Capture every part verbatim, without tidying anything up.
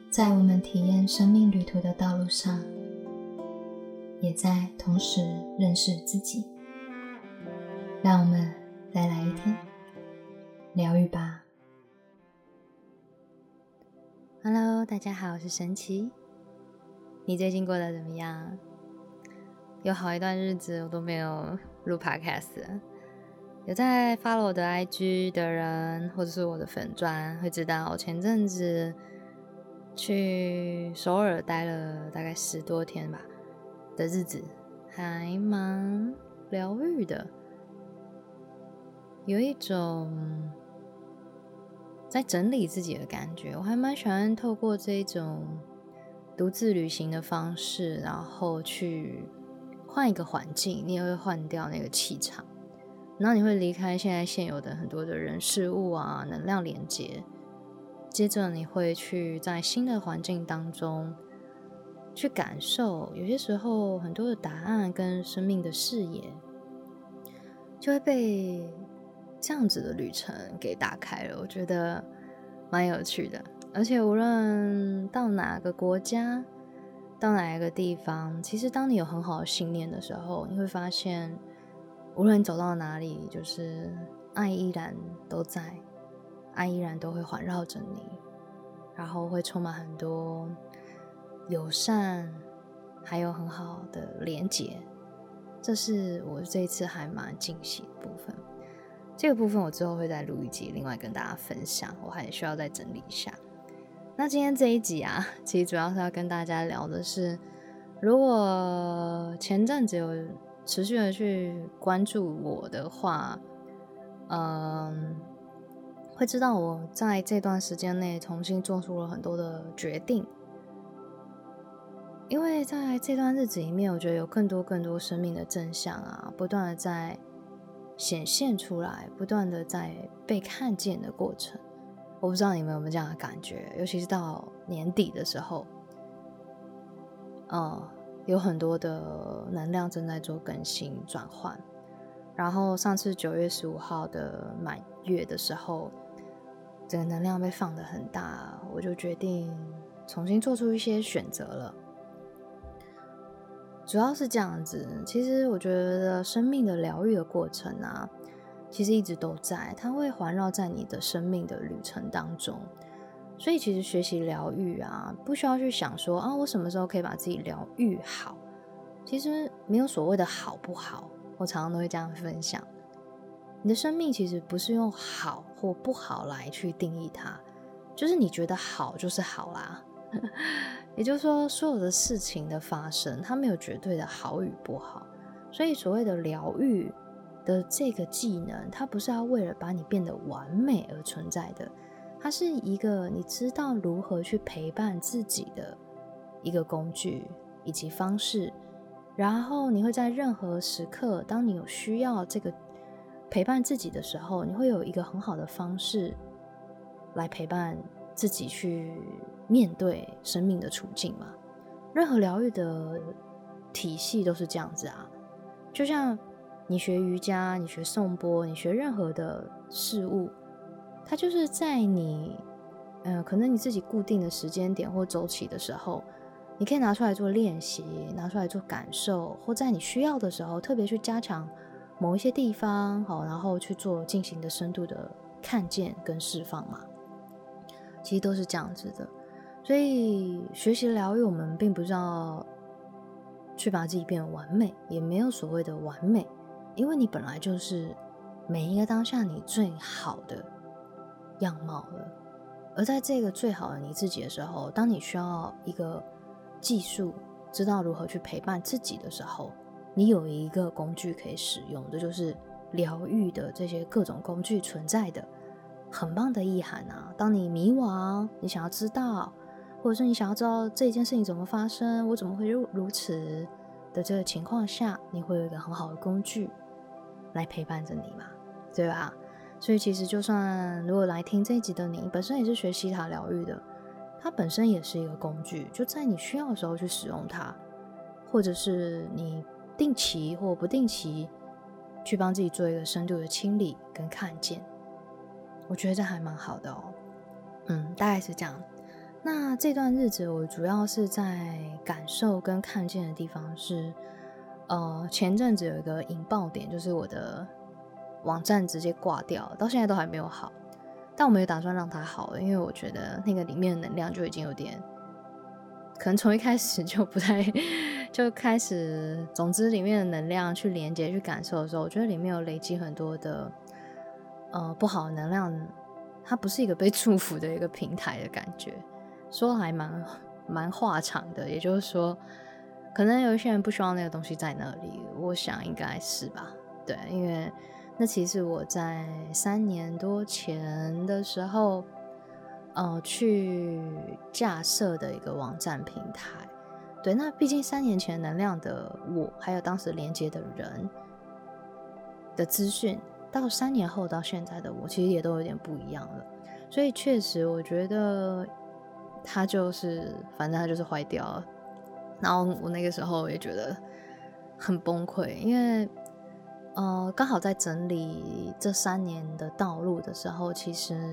在我们体验生命旅途的道路上，也在同时认识自己。让我们再来一天疗愈吧。 Hello， 大家好，我是神奇。你最近过得怎么样？有好一段日子我都没有录 podcast 了。有在 follow 我的 I G 的人，或者是我的粉专，会知道我前阵子去首尔待了大概十多天吧的日子，还蛮疗愈的，有一种在整理自己的感觉。我还蛮喜欢透过这种独自旅行的方式，然后去换一个环境，你也会换掉那个气场，然后你会离开现在现有的很多的人事物啊，能量连接，接着你会去在新的环境当中去感受，有些时候很多的答案跟生命的视野就会被这样子的旅程给打开了，我觉得蛮有趣的。而且无论到哪个国家，到哪一个地方，其实当你有很好的信念的时候，你会发现无论走到哪里，就是爱依然都在，爱依然都会环绕着你，然后会充满很多友善，还有很好的连结。这是我这一次还蛮惊喜的部分。这个部分我之后会再录一集，另外跟大家分享，我还需要再整理一下。那今天这一集啊，其实主要是要跟大家聊的是，如果前阵子有持续的去关注我的话，嗯，会知道我在这段时间内重新做出了很多的决定。因为在这段日子里面，我觉得有更多更多生命的真相啊，不断的在显现出来，不断的在被看见的过程。我不知道你们有没有这样的感觉，尤其是到年底的时候，嗯，有很多的能量正在做更新转换。然后上次九月十五号的满月的时候，整个能量被放得很大，我就决定重新做出一些选择了。主要是这样子，其实我觉得生命的疗愈的过程啊，其实一直都在，它会环绕在你的生命的旅程当中。所以其实学习疗愈啊，不需要去想说啊，我什么时候可以把自己疗愈好。其实没有所谓的好不好，我常常都会这样分享。你的生命其实不是用好或不好来去定义它，就是你觉得好就是好啦。也就是说，所有的事情的发生，它没有绝对的好与不好。所以所谓的疗愈的这个技能，它不是要为了把你变得完美而存在的，它是一个你知道如何去陪伴自己的一个工具以及方式。然后你会在任何时刻，当你有需要这个陪伴自己的时候，你会有一个很好的方式来陪伴自己去面对生命的处境嘛。任何疗愈的体系都是这样子啊，就像你学瑜伽，你学颂钵，你学任何的事物，它就是在你呃，可能你自己固定的时间点或周期的时候，你可以拿出来做练习，拿出来做感受，或在你需要的时候特别去加强某一些地方，好，然后去做进行的深度的看见跟释放嘛。其实都是这样子的。所以学习疗愈，我们并不是要去把自己变得完美，也没有所谓的完美，因为你本来就是每一个当下你最好的样貌了。而在这个最好的你自己的时候，当你需要一个技术，知道如何去陪伴自己的时候，你有一个工具可以使用，这就是疗愈的这些各种工具存在的很棒的意涵啊。当你迷惘，你想要知道，或者是你想要知道这件事情怎么发生，我怎么会如如此的这个情况下，你会有一个很好的工具来陪伴着你嘛，对吧？所以其实就算如果来听这一集的你本身也是学西塔疗愈的，它本身也是一个工具，就在你需要的时候去使用它，或者是你定期或不定期去帮自己做一个深度的清理跟看见，我觉得这还蛮好的哦。嗯，大概是这样。 那这段日子我主要是在感受跟看见的地方是，呃，前阵子有一个引爆点，就是我的网站直接挂掉，到现在都还没有好。但我没有打算让它好了，因为我觉得那个里面的能量就已经有点，可能从一开始就不太，就开始，总之里面的能量去连接、去感受的时候，我觉得里面有累积很多的，呃，不好的能量，它不是一个被祝福的一个平台的感觉。说还蛮蛮话长的，也就是说，可能有一些人不希望那个东西在那里，我想应该是吧，对，因为那其实我在三年多前的时候，呃，去架设的一个网站平台，对，那毕竟三年前能量的我，还有当时连接的人的资讯，到三年后到现在的我，其实也都有点不一样了，所以确实我觉得。它就是反正它就是坏掉了，然后我那个时候也觉得很崩溃，因为呃刚好在整理这三年的道路的时候，其实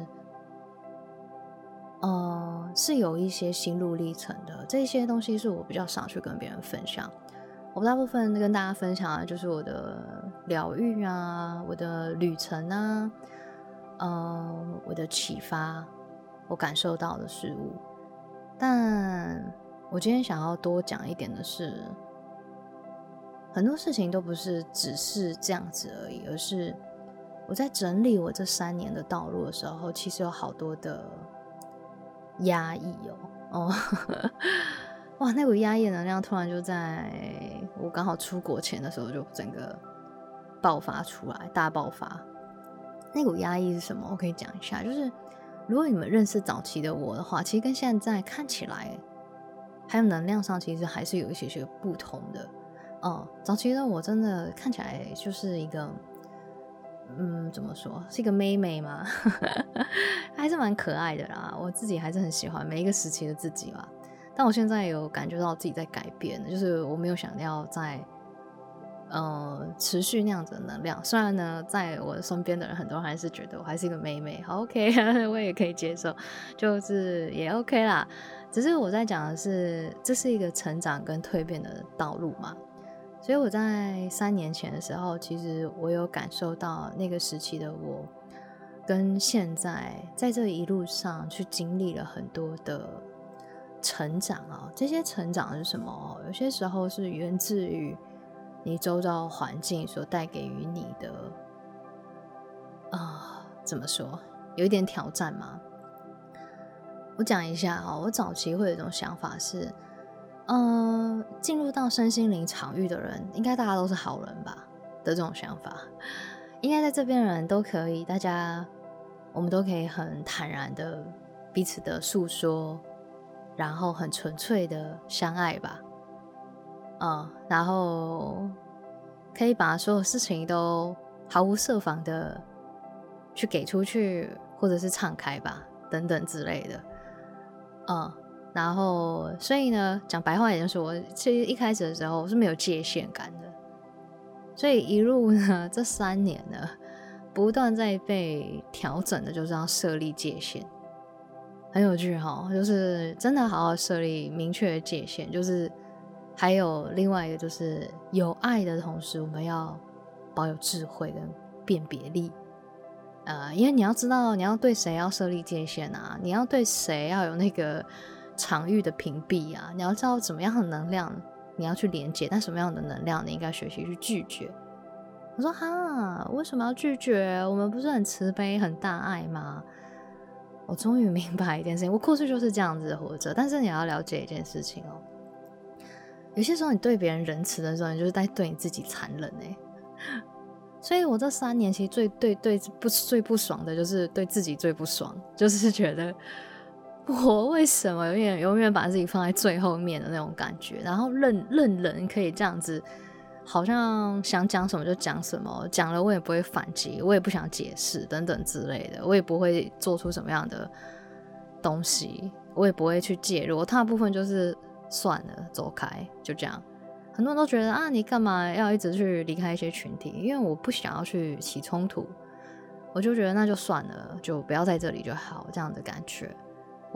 呃是有一些心路历程的，这些东西是我比较少去跟别人分享，我大部分跟大家分享的就是我的疗愈啊，我的旅程啊，呃我的启发，我感受到的事物。但我今天想要多讲一点的是，很多事情都不是只是这样子而已，而是我在整理我这三年的道路的时候，其实有好多的压抑哦，哦哇，那股压抑的能量突然就在我刚好出国前的时候就整个爆发出来，大爆发。那股压抑是什么？我可以讲一下，就是如果你们认识早期的我的话，其实跟现在看起来还有能量上其实还是有一些些不同的。嗯，早期的我真的看起来就是一个嗯怎么说，是一个妹妹嘛还是蛮可爱的啦，我自己还是很喜欢每一个时期的自己啦。但我现在有感觉到自己在改变，就是我没有想要在呃，持续那样子的能量，虽然呢，在我身边的人很多人还是觉得我还是一个妹妹，好 OK， 我也可以接受，就是也 OK 啦。只是我在讲的是，这是一个成长跟蜕变的道路嘛。所以我在三年前的时候，其实我有感受到那个时期的我，跟现在在这一路上去经历了很多的成长啊。这些成长是什么？有些时候是源自于你周遭环境所带给予你的，啊、呃，怎么说，有一点挑战吗？我讲一下哈，我早期会有一种想法是，嗯、呃，进入到身心灵场域的人，应该大家都是好人吧的这种想法，应该在这边的人都可以，大家我们都可以很坦然的彼此的诉说，然后很纯粹的相爱吧。嗯，然后可以把所有事情都毫无设防的去给出去，或者是敞开吧，等等之类的。嗯，然后所以呢，讲白话也就是我其实一开始的时候我是没有界限感的，所以一路呢这三年呢，不断在被调整的就是要设立界限，很有趣哈、哦，就是真的好好设立明确的界限，就是。还有另外一个就是有爱的同时，我们要保有智慧跟辨别力。呃，因为你要知道你要对谁要设立界限啊，你要对谁要有那个场域的屏蔽啊，你要知道怎么样的能量你要去连接，但什么样的能量你应该学习去拒绝。我说哈，为什么要拒绝？我们不是很慈悲很大爱吗？我终于明白一件事情，我过去就是这样子活着，但是你要了解一件事情哦。有些时候你对别人仁慈的时候，你就是在对你自己残忍欸。所以我这三年其实最对对不最不爽的就是对自己最不爽，就是觉得我为什么永远永远把自己放在最后面的那种感觉，然后任任人可以这样子，好像想讲什么就讲什么，讲了我也不会反击，我也不想解释等等之类的，我也不会做出什么样的东西，我也不会去介入，我大部分就是算了，走开，就这样。很多人都觉得啊，你干嘛要一直去离开一些群体？因为我不想要去起冲突，我就觉得那就算了，就不要在这里就好，这样的感觉。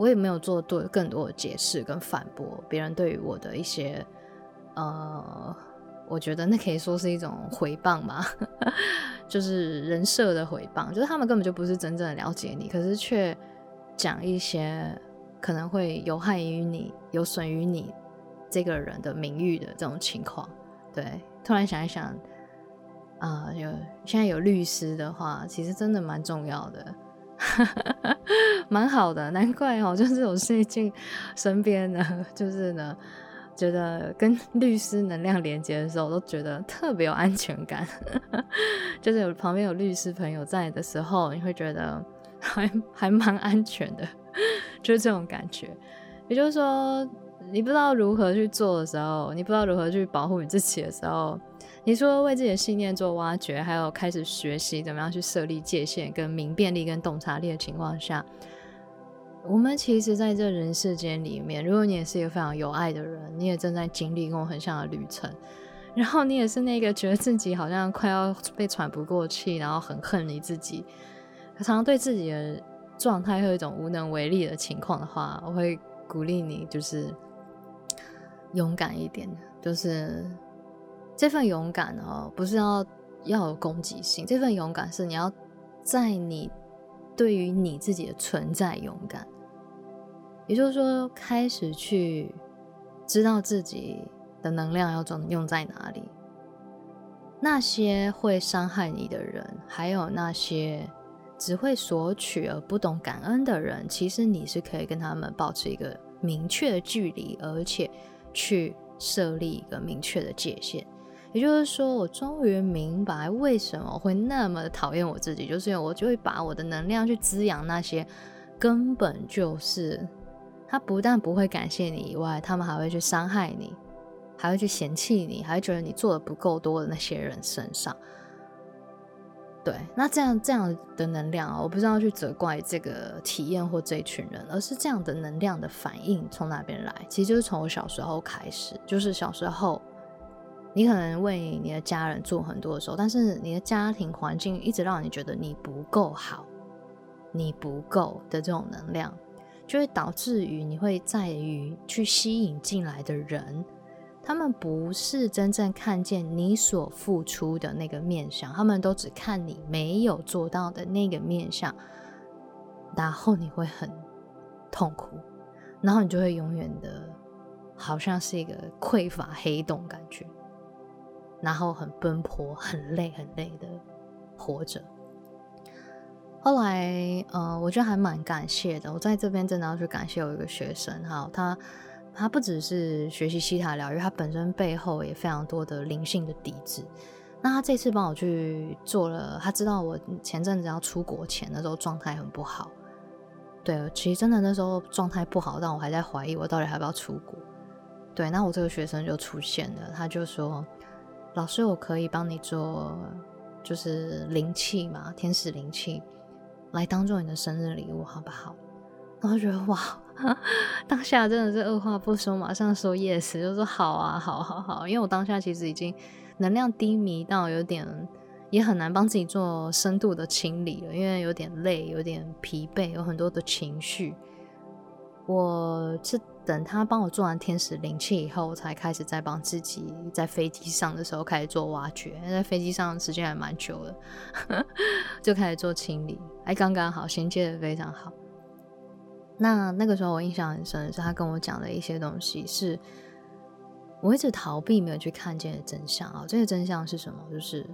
我也没有做多更多的解释跟反驳别人对于我的一些呃，我觉得那可以说是一种回谤嘛，就是人设的回谤，就是他们根本就不是真正的了解你，可是却讲一些可能会有害于你、有损于你这个人的名誉的这种情况。对，突然想一想，啊、呃，有现在有律师的话，其实真的蛮重要的。蛮好的，难怪哦，就是我最近身边呢，就是呢，觉得跟律师能量连接的时候，我都觉得特别有安全感。就是有旁边有律师朋友在的时候，你会觉得还还蛮安全的，就是这种感觉。也就是说，你不知道如何去做的时候，你不知道如何去保护你自己的时候，你除了为自己的信念做挖掘，还有开始学习怎么样去设立界限跟明辨力跟洞察力的情况下，我们其实在这人世间里面，如果你也是一个非常有爱的人，你也正在经历跟我很像的旅程，然后你也是那个觉得自己好像快要被喘不过气，然后很恨你自己，常常对自己的状态会有一种无能为力的情况的话，我会鼓励你就是勇敢一点，就是这份勇敢哦，不是要要有攻击性，这份勇敢是你要在你对于你自己的存在勇敢，也就是说开始去知道自己的能量要用在哪里，那些会伤害你的人，还有那些只会索取而不懂感恩的人，其实你是可以跟他们保持一个明确的距离，而且去设立一个明确的界限。也就是说，我终于明白为什么会那么讨厌我自己，就是因为我就会把我的能量去滋养那些根本就是他不但不会感谢你以外，他们还会去伤害你，还会去嫌弃你，还会觉得你做的不够多的那些人身上。对，那这样这样的能量啊，我不是要去责怪这个体验或这一群人，而是这样的能量的反应从哪边来？其实就是从我小时候开始，就是小时候你可能为你的家人做很多的时候，但是你的家庭环境一直让你觉得你不够好，你不够的这种能量，就会导致于你会在于去吸引进来的人，他们不是真正看见你所付出的那个面向，他们都只看你没有做到的那个面向，然后你会很痛苦，然后你就会永远的好像是一个匮乏黑洞感觉，然后很奔波很累很累的活着。后来呃，我觉得还蛮感谢的，我在这边真的要去感谢我一个学生哈，他他不只是学习西塔疗愈，他本身背后也非常多的灵性的底子。那他这次帮我去做了，他知道我前阵子要出国前的时候状态很不好，对，其实真的那时候状态不好，但我还在怀疑我到底还要不要出国。对，那我这个学生就出现了，他就说：“老师，我可以帮你做就是灵气嘛，天使灵气，来当做你的生日礼物，好不好？”然后觉得哇，当下真的是二话不说，马上说 yes， 就说好啊，好好好。因为我当下其实已经能量低迷到有点，也很难帮自己做深度的清理了，因为有点累，有点疲惫，有很多的情绪。我是等他帮我做完天使灵气以后，我才开始再帮自己在飞机上的时候开始做挖掘，因为在飞机上时间还蛮久了，就开始做清理，还刚刚好，衔接的非常好。那那个时候我印象很深的是，他跟我讲的一些东西是我一直逃避没有去看见的真相啊。这个真相是什么？就是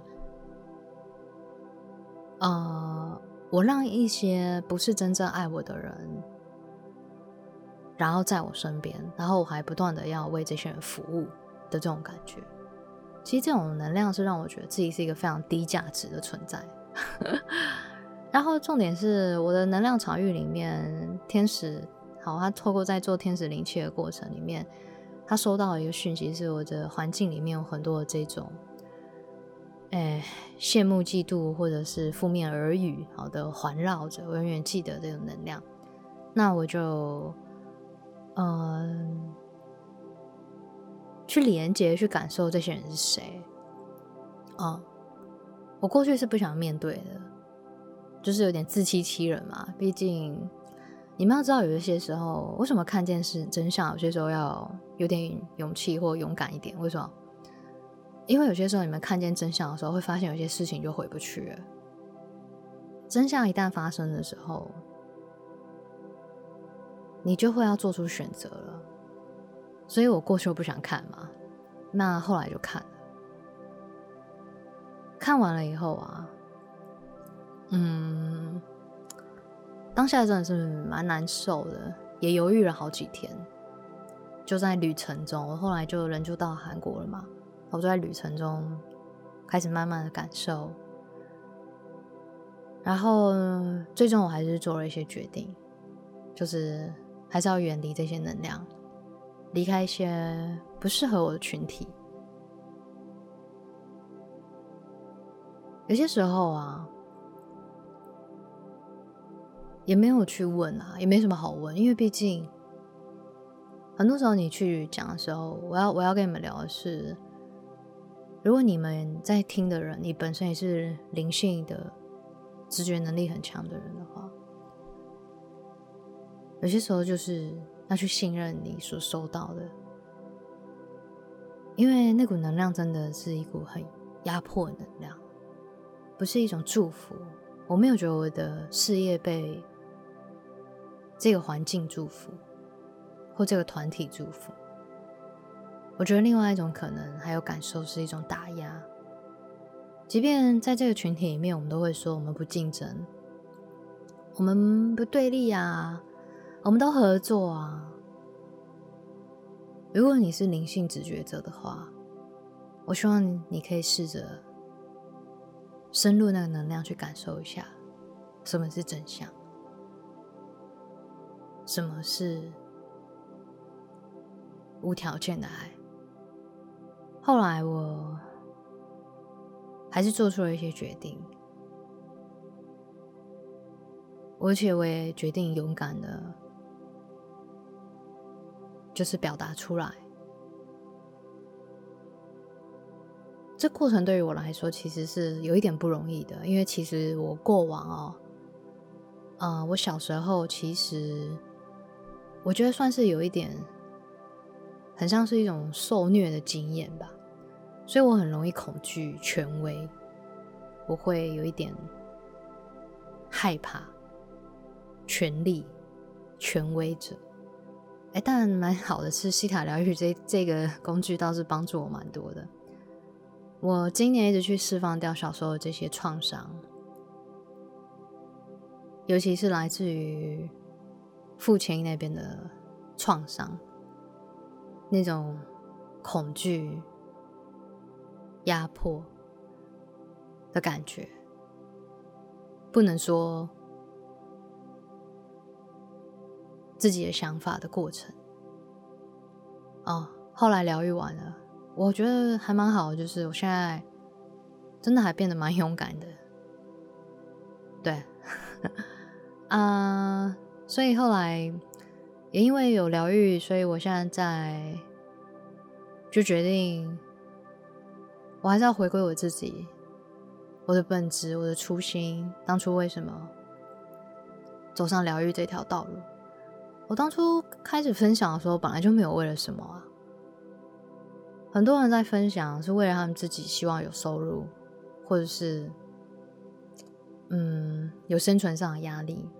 呃，我让一些不是真正爱我的人，然后在我身边，然后我还不断的要为这些人服务的这种感觉。其实这种能量是让我觉得自己是一个非常低价值的存在。然后重点是我的能量场域里面，天使好，他透过在做天使灵气的过程里面，他收到了一个讯息，是我的环境里面有很多的这种哎，羡慕嫉妒或者是负面耳语好的环绕着，我永远记得这种能量。那我就嗯，去连接去感受这些人是谁啊。我过去是不想面对的，就是有点自欺欺人嘛，毕竟你们要知道，有一些时候，为什么看见是真相，有些时候要有点勇气或勇敢一点？为什么？因为有些时候你们看见真相的时候，会发现有些事情就回不去了。真相一旦发生的时候，你就会要做出选择了。所以我过去我不想看嘛，那后来就看了。看完了以后啊，嗯，当下真的是蛮难受的，也犹豫了好几天。就在旅程中，我后来就人就到韩国了嘛，我就在旅程中开始慢慢的感受，然后最终我还是做了一些决定，就是还是要远离这些能量，离开一些不适合我的群体。有些时候啊，也没有去问啊，也没什么好问，因为毕竟很多时候你去讲的时候，我要我要跟你们聊的是，如果你们在听的人，你本身也是灵性的直觉能力很强的人的话，有些时候就是要去信任你所收到的，因为那股能量真的是一股很压迫的能量，不是一种祝福。我没有觉得我的事业被这个环境祝福，或这个团体祝福。我觉得另外一种可能还有感受是一种打压。即便在这个群体里面，我们都会说我们不竞争，我们不对立啊，我们都合作啊。如果你是灵性直觉者的话，我希望你可以试着深入那个能量去感受一下，什么是真相，什么是无条件的爱。后来我还是做出了一些决定，而且我也决定勇敢的就是表达出来。这过程对于我来说其实是有一点不容易的，因为其实我过往哦，呃，我小时候其实我觉得算是有一点很像是一种受虐的经验吧，所以我很容易恐惧权威，我会有一点害怕权力权威者。哎，但蛮好的是西塔疗愈这这个工具倒是帮助我蛮多的。我今年一直去释放掉小时候的这些创伤，尤其是来自于父亲那边的创伤，那种恐惧压迫的感觉，不能说自己的想法的过程。哦，后来疗愈完了，我觉得还蛮好的，就是我现在真的还变得蛮勇敢的。对啊、呃，所以后来也因为有疗愈，所以我现在在就决定我还是要回归我自己，我的本质，我的初心，当初为什么走上疗愈这条道路。我当初开始分享的时候本来就没有为了什么啊，很多人在分享是为了他们自己希望有收入，或者是嗯有生存上的压力。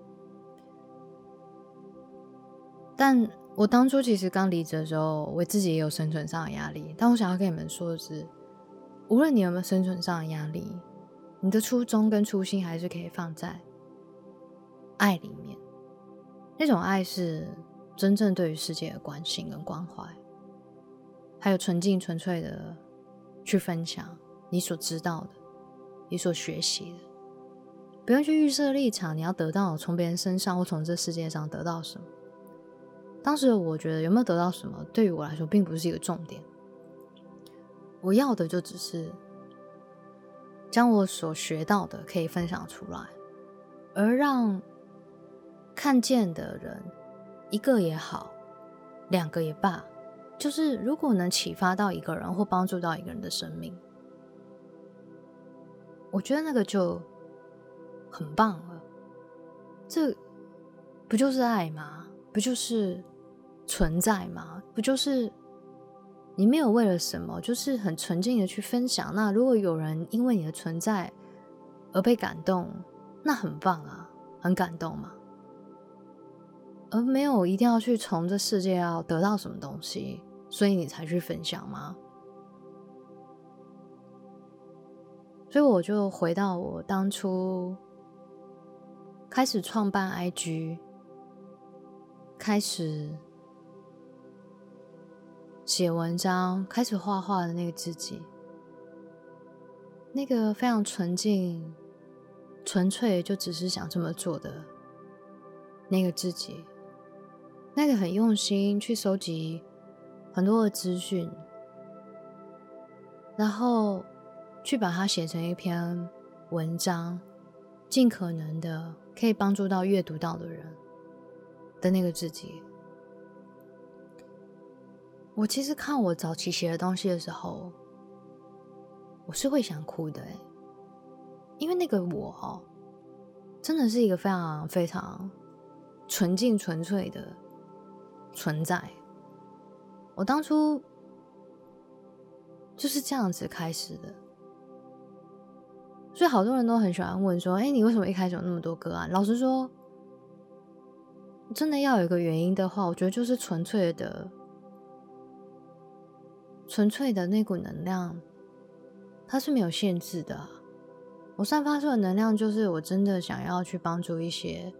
但我当初其实刚离职的时候，我自己也有生存上的压力。但我想要跟你们说的是，无论你有没有生存上的压力，你的初衷跟初心还是可以放在爱里面。那种爱是真正对于世界的关心跟关怀，还有纯净纯粹的去分享你所知道的，你所学习的，不用去预设立场，你要得到从别人身上或从这世界上得到什么。当时我觉得有没有得到什么对于我来说并不是一个重点，我要的就只是将我所学到的可以分享出来，而让看见的人一个也好，两个也罢，就是如果能启发到一个人或帮助到一个人的生命，我觉得那个就很棒了。这不就是爱吗？不就是存在吗？不就是你没有为了什么，就是很纯净的去分享。那如果有人因为你的存在而被感动，那很棒啊，很感动嘛。而没有一定要去从这世界要得到什么东西，所以你才去分享吗？所以我就回到我当初开始创办 I G， 开始写文章，开始画画的那个自己，那个非常纯净、纯粹就只是想这么做的那个自己，那个很用心去收集很多的资讯，然后去把它写成一篇文章，尽可能的可以帮助到阅读到的人的那个自己。我其实看我早期写的东西的时候，我是会想哭的耶，因为那个我哦，真的是一个非常非常纯净纯粹的存在。我当初就是这样子开始的，所以好多人都很喜欢问说，哎，你为什么一开始有那么多个案？老实说，真的要有一个原因的话，我觉得就是纯粹的纯粹的那股能量，它是没有限制的啊。我散发出的能量就是我真的想要去帮助一些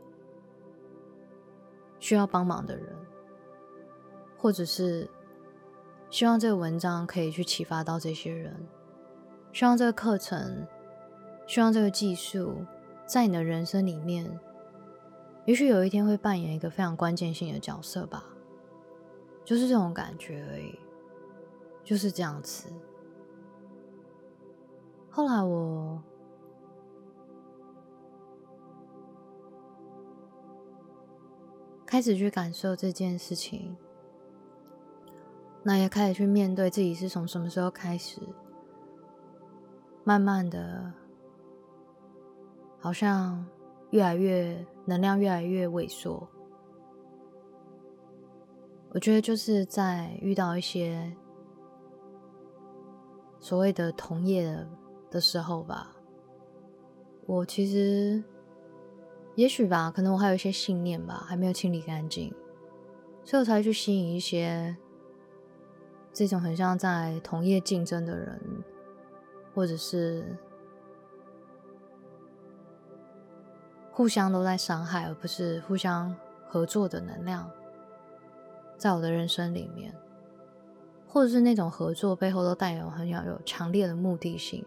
需要帮忙的人，或者是希望这个文章可以去启发到这些人，希望这个课程，希望这个技术在你的人生里面也许有一天会扮演一个非常关键性的角色吧，就是这种感觉而已，就是这样子。后来我开始去感受这件事情，那也开始去面对自己是从什么时候开始慢慢的好像越来越能量越来越萎缩。我觉得就是在遇到一些所谓的同业的时候吧，我其实也许吧，可能我还有一些信念吧，还没有清理干净，所以我才会去吸引一些这种很像在同业竞争的人，或者是互相都在伤害，而不是互相合作的能量，在我的人生里面，或者是那种合作背后都带有很有有强烈的目的性、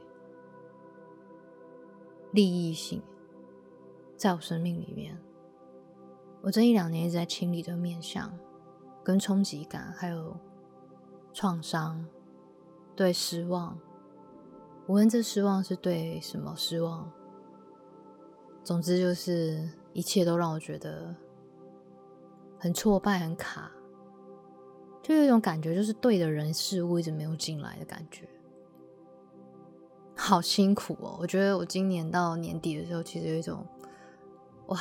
利益性，在我生命里面。我这一两年一直在清理这个面向，跟冲击感，还有创伤，对失望。无论这失望是对什么失望，总之就是一切都让我觉得很挫败、很卡，就有一种感觉，就是对的人事物一直没有进来的感觉，好辛苦哦。我觉得我今年到年底的时候，其实有一种哇，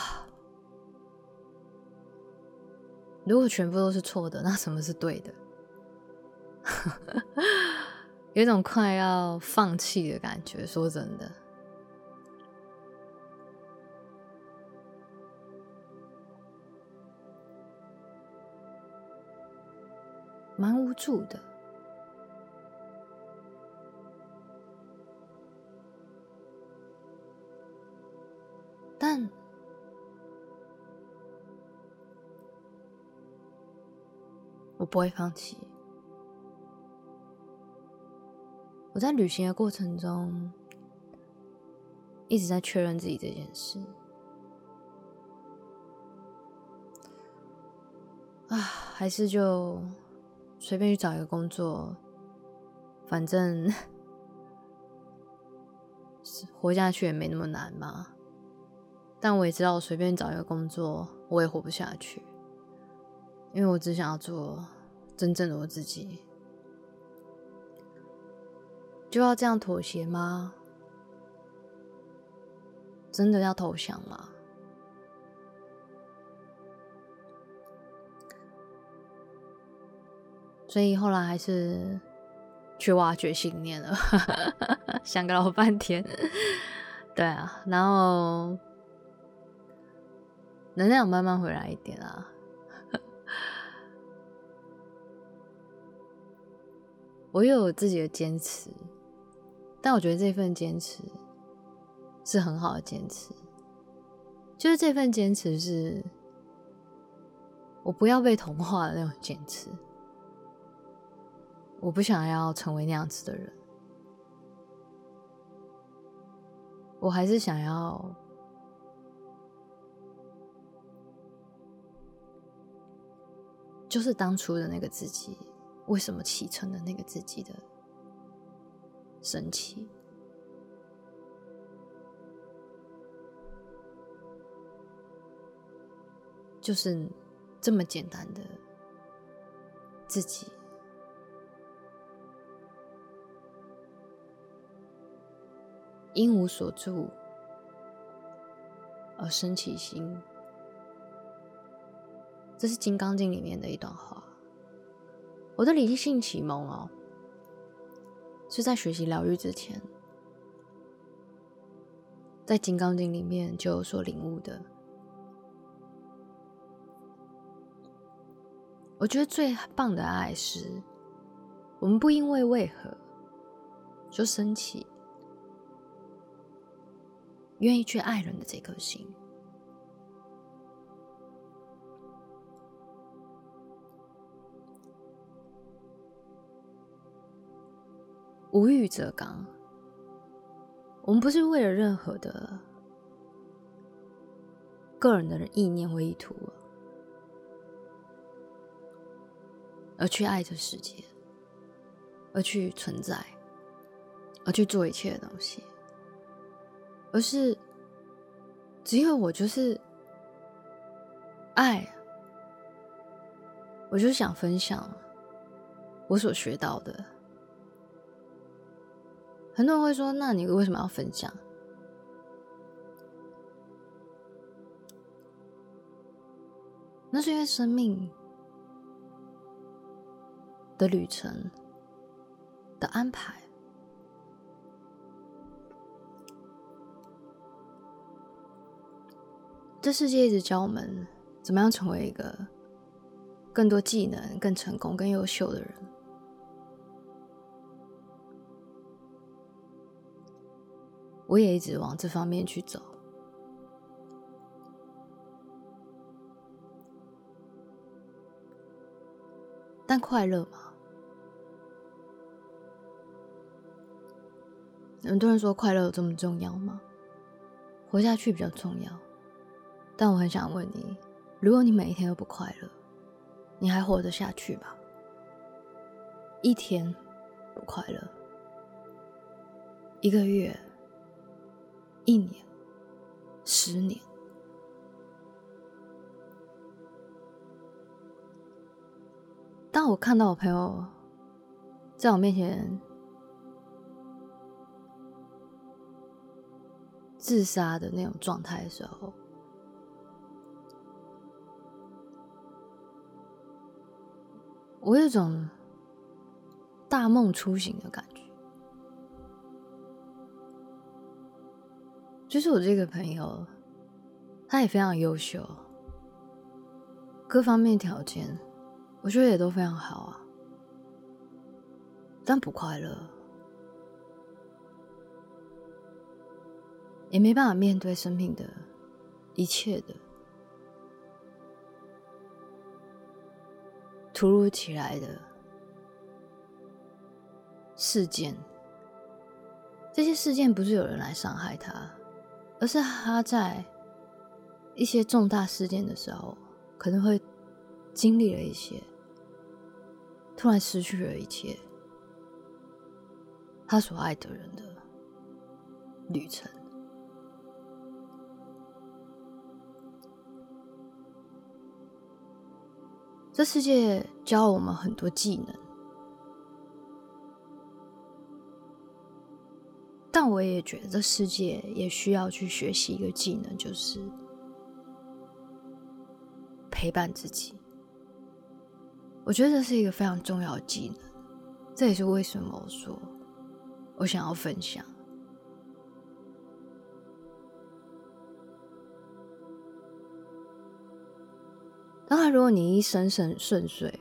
如果全部都是错的，那什么是对的？有一种快要放弃的感觉，说真的。蛮无助的。但我不会放弃。我在旅行的过程中一直在确认自己这件事啊，还是就随便去找一个工作，反正活下去也没那么难嘛。但我也知道，我随便找一个工作我也活不下去，因为我只想要做真正的我自己。就要这样妥协吗？真的要投降吗？ 所以后来还是去挖掘信念了，想个老半天。对啊，然后能量慢慢回来一点啊。我又有自己的坚持，但我觉得这份坚持是很好的坚持，就是这份坚持是我不要被同化的那种坚持，我不想要成为那样子的人，我还是想要就是当初的那个自己，为什么启程的那个自己的神奇。就是这么简单的自己，因无所住而生其心，这是《金刚经》里面的一段话。我的灵性启蒙哦，是在学习疗愈之前，在《金刚经》里面就有所领悟的。我觉得最棒的爱是，我们不因为为何就生气，愿意去爱人的这颗心。无欲则刚，我们不是为了任何的个人的意念为意图而去爱这世界，而去存在，而去做一切的东西，而是只有我就是爱，我就是想分享我所学到的。很多人会说，那你为什么要分享？那是因为生命的旅程的安排，这世界一直教我们怎么样成为一个更多技能、更成功、更优秀的人。我也一直往这方面去走，但快乐吗？很多人说快乐有这么重要吗？活下去比较重要，但我很想问你，如果你每一天都不快乐，你还活得下去吗？一天不快乐，一个月，一年，十年，当我看到我朋友在我面前自杀的那种状态的时候，我有一种大梦初醒的感觉。就是我这个朋友，他也非常优秀，各方面条件我觉得也都非常好啊，但不快乐，也没办法面对生命的一切的突如其来的事件。这些事件不是有人来伤害他，而是他在一些重大事件的时候，可能会经历了一些，突然失去了一切，他所爱的人的旅程。这世界教我们很多技能，但我也觉得这世界也需要去学习一个技能，就是陪伴自己。 我觉得这是一个非常重要的技能，这也是为什么我说我想要分享。当然，如果你一生很顺遂，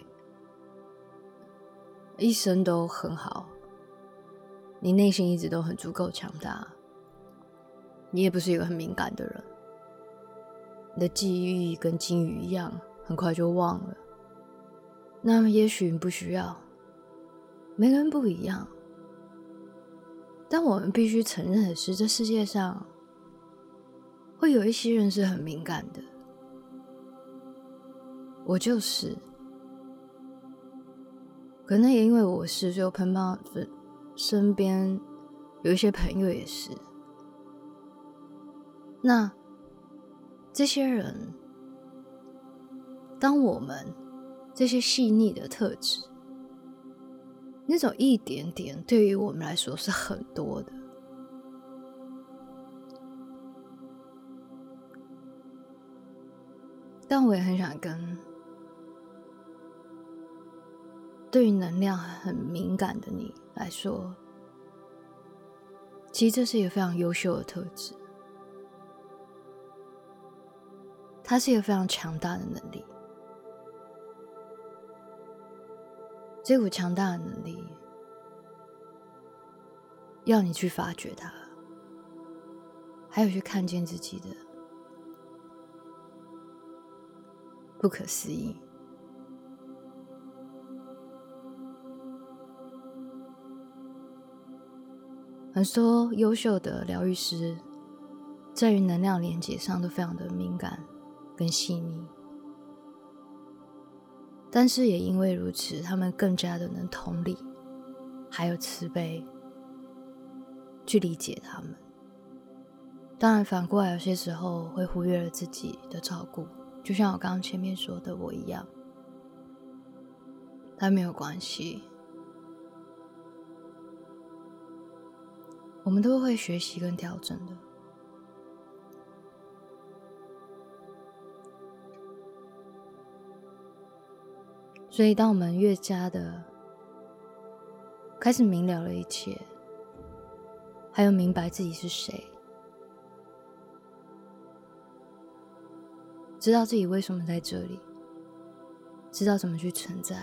一生都很好，你内心一直都很足够强大，你也不是一个很敏感的人，你的记忆跟金鱼一样，很快就忘了，那么也许你不需要。每个人不一样，但我们必须承认的是，这世界上会有一些人是很敏感的。我就是，可能也因为我是，所以我碰到身边有一些朋友也是。那这些人，当我们这些细腻的特质，那种一点点对于我们来说是很多的。但我也很想跟对于能量很敏感的你来说，其实这是一个非常优秀的特质，它是一个非常强大的能力。这股强大的能力要你去发掘它，还有去看见自己的不可思议。很多优秀的疗愈师在于能量连接上都非常的敏感跟细腻，但是也因为如此，他们更加的能同理还有慈悲去理解他们。当然反过来有些时候会忽略了自己的照顾，就像我刚刚前面说的我一样，但没有关系，我们都会学习跟调整的。所以当我们越加的开始明了了一切，还有明白自己是谁，知道自己为什么在这里，知道怎么去存在，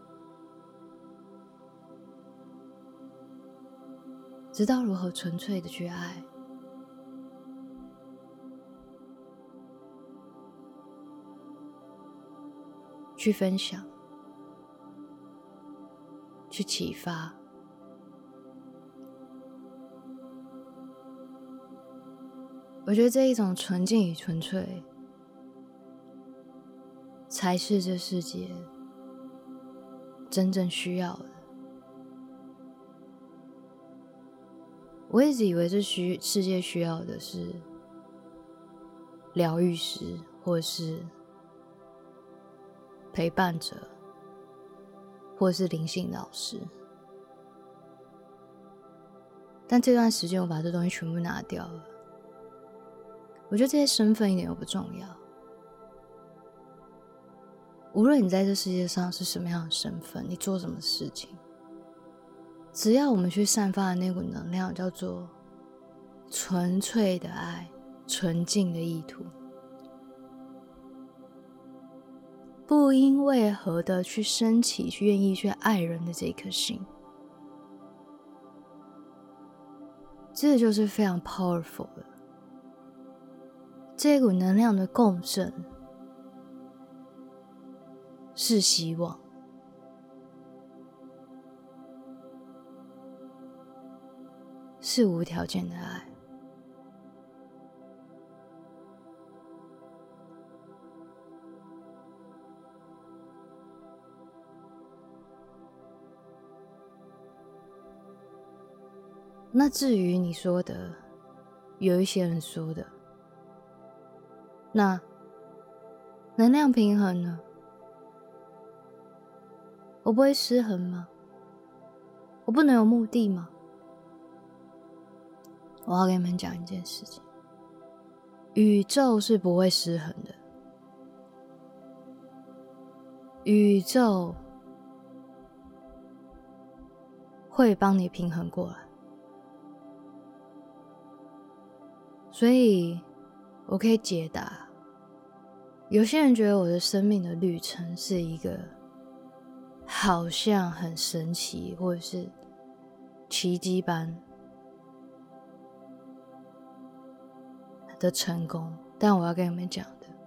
知道如何纯粹的去爱，去分享，去启发。我觉得这一种纯净与纯粹才是这世界真正需要的。我一直以为这需世界需要的是疗愈师或是陪伴者或是灵性老师，但这段时间我把这东西全部拿掉了。我觉得这些身份一点都不重要，无论你在这世界上是什么样的身份，你做什么事情，只要我们去散发的那股能量叫做纯粹的爱，纯净的意图，不因为何的去升起去愿意去爱人的这一颗心，这就是非常 powerful 的。这股能量的共振是希望，是无条件的爱。那至于你说的，有一些人说的，那能量平衡呢？我不会失衡吗？我不能有目的吗？我要跟你们讲一件事情，宇宙是不会失衡的。宇宙会帮你平衡过来。所以我可以解答，有些人觉得我的生命的旅程是一个好像很神奇或者是奇迹般的成功，但我要跟你们讲的，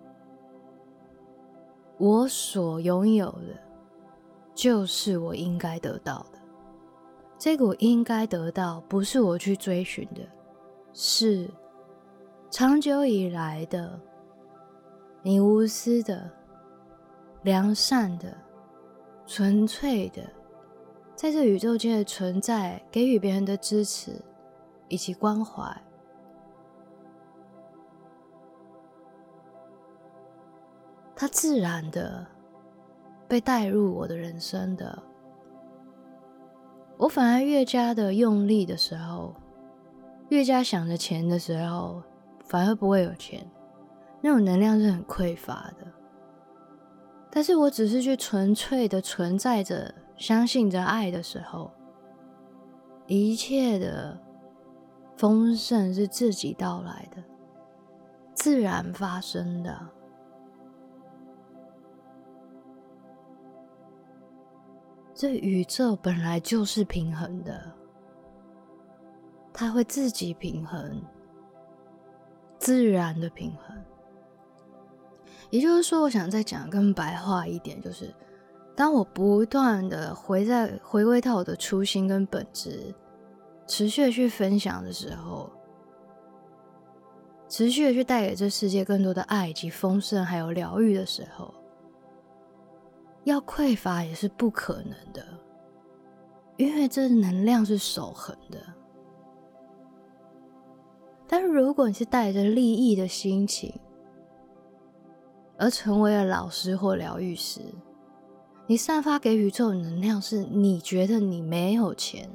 我所拥有的就是我应该得到的。这个我应该得到不是我去追寻的，是长久以来的你无私的、良善的、纯粹的在这宇宙间的存在，给予别人的支持以及关怀，它自然的被带入我的人生的。我反而越加的用力的时候，越加想着钱的时候，反而不会有钱，那种能量是很匮乏的。但是我只是去纯粹的存在着，相信着爱的时候，一切的丰盛是自己到来的，自然发生的。这宇宙本来就是平衡的，它会自己平衡，自然的平衡。也就是说，我想再讲更白话一点，就是当我不断的回在回归到我的初心跟本质，持续的去分享的时候，持续的去带给这世界更多的爱以及丰盛还有疗愈的时候，要匮乏也是不可能的，因为这能量是守恒的。但是如果你是带着利益的心情而成为了老师或疗愈师，你散发给宇宙的能量是你觉得你没有钱，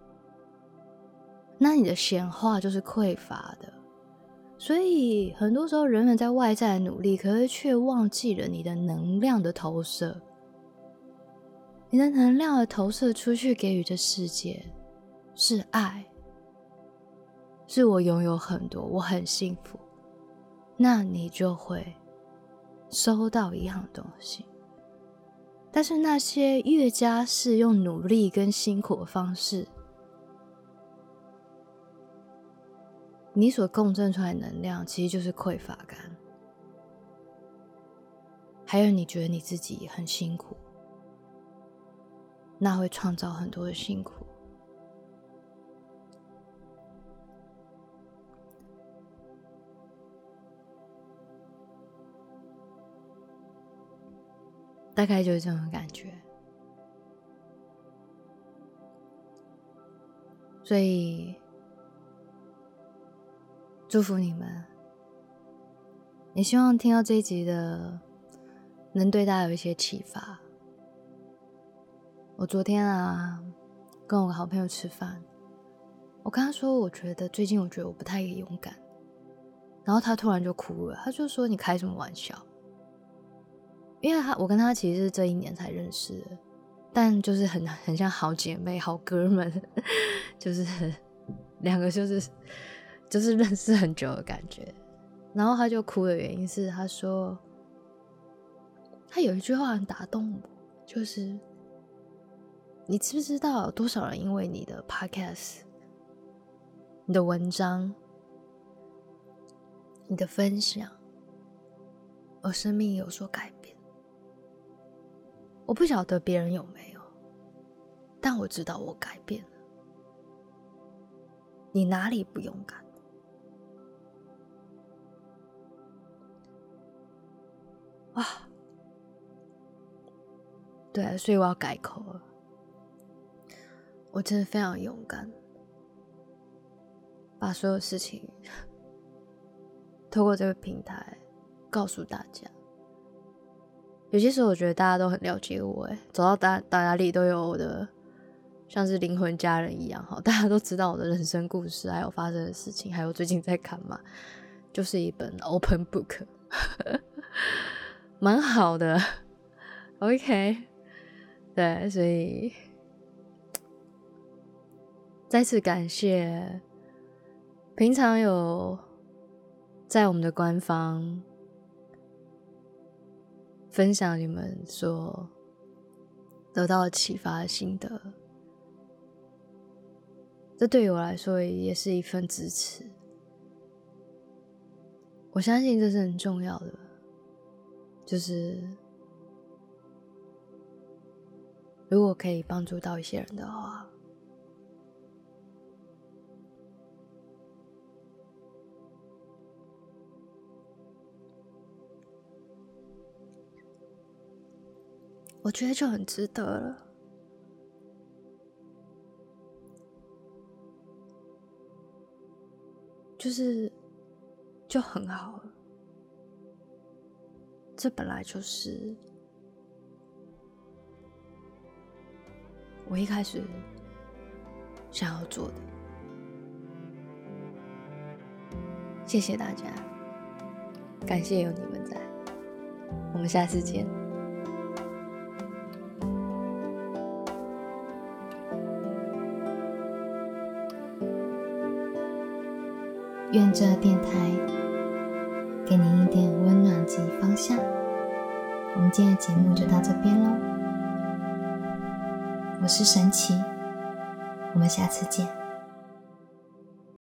那你的显化就是匮乏的。所以很多时候人们在外在努力，可是却忘记了你的能量的投射。你的能量的投射出去给予这世界是爱，是我拥有很多，我很幸福，那你就会收到一样东西。但是那些越加是用努力跟辛苦的方式，你所共振出来的能量其实就是匮乏感，还有你觉得你自己很辛苦，那会创造很多的辛苦。大概就是这种感觉。所以祝福你们，也希望听到这一集的能对大家有一些启发。我昨天啊跟我的好朋友吃饭，我跟他说我觉得最近我觉得我不太勇敢，然后他突然就哭了，他就说你开什么玩笑。因为他我跟他其实是这一年才认识的，但就是很很像好姐妹好哥们，就是两个就是就是认识很久的感觉。然后他就哭的原因是他说他有一句话很打动我，就是你知不知道有多少人因为你的 podcast 你的文章你的分享而生命有所改变。我不晓得别人有没有，但我知道我改变了。你哪里不勇敢？哇，对，所以我要改口了。我真的非常勇敢，把所有事情透过这个平台告诉大家。有些时候我觉得大家都很了解我，诶走到大大哪里都有我的像是灵魂家人一样，大家都知道我的人生故事，还有发生的事情，还有最近在干嘛，就是一本 open book 蛮好的。 OK， 对，所以再次感谢平常有在我们的官方分享你们所得到的启发的心得，这对于我来说也是一份支持。我相信这是很重要的，就是如果可以帮助到一些人的话，我觉得就很值得了。就是就很好了，这本来就是我一开始想要做的。谢谢大家，感谢有你们在，我们下次见。 愿这电台给您一点温暖及方向。我们今天的节目就到这边咯，我是神奇，我们下次见。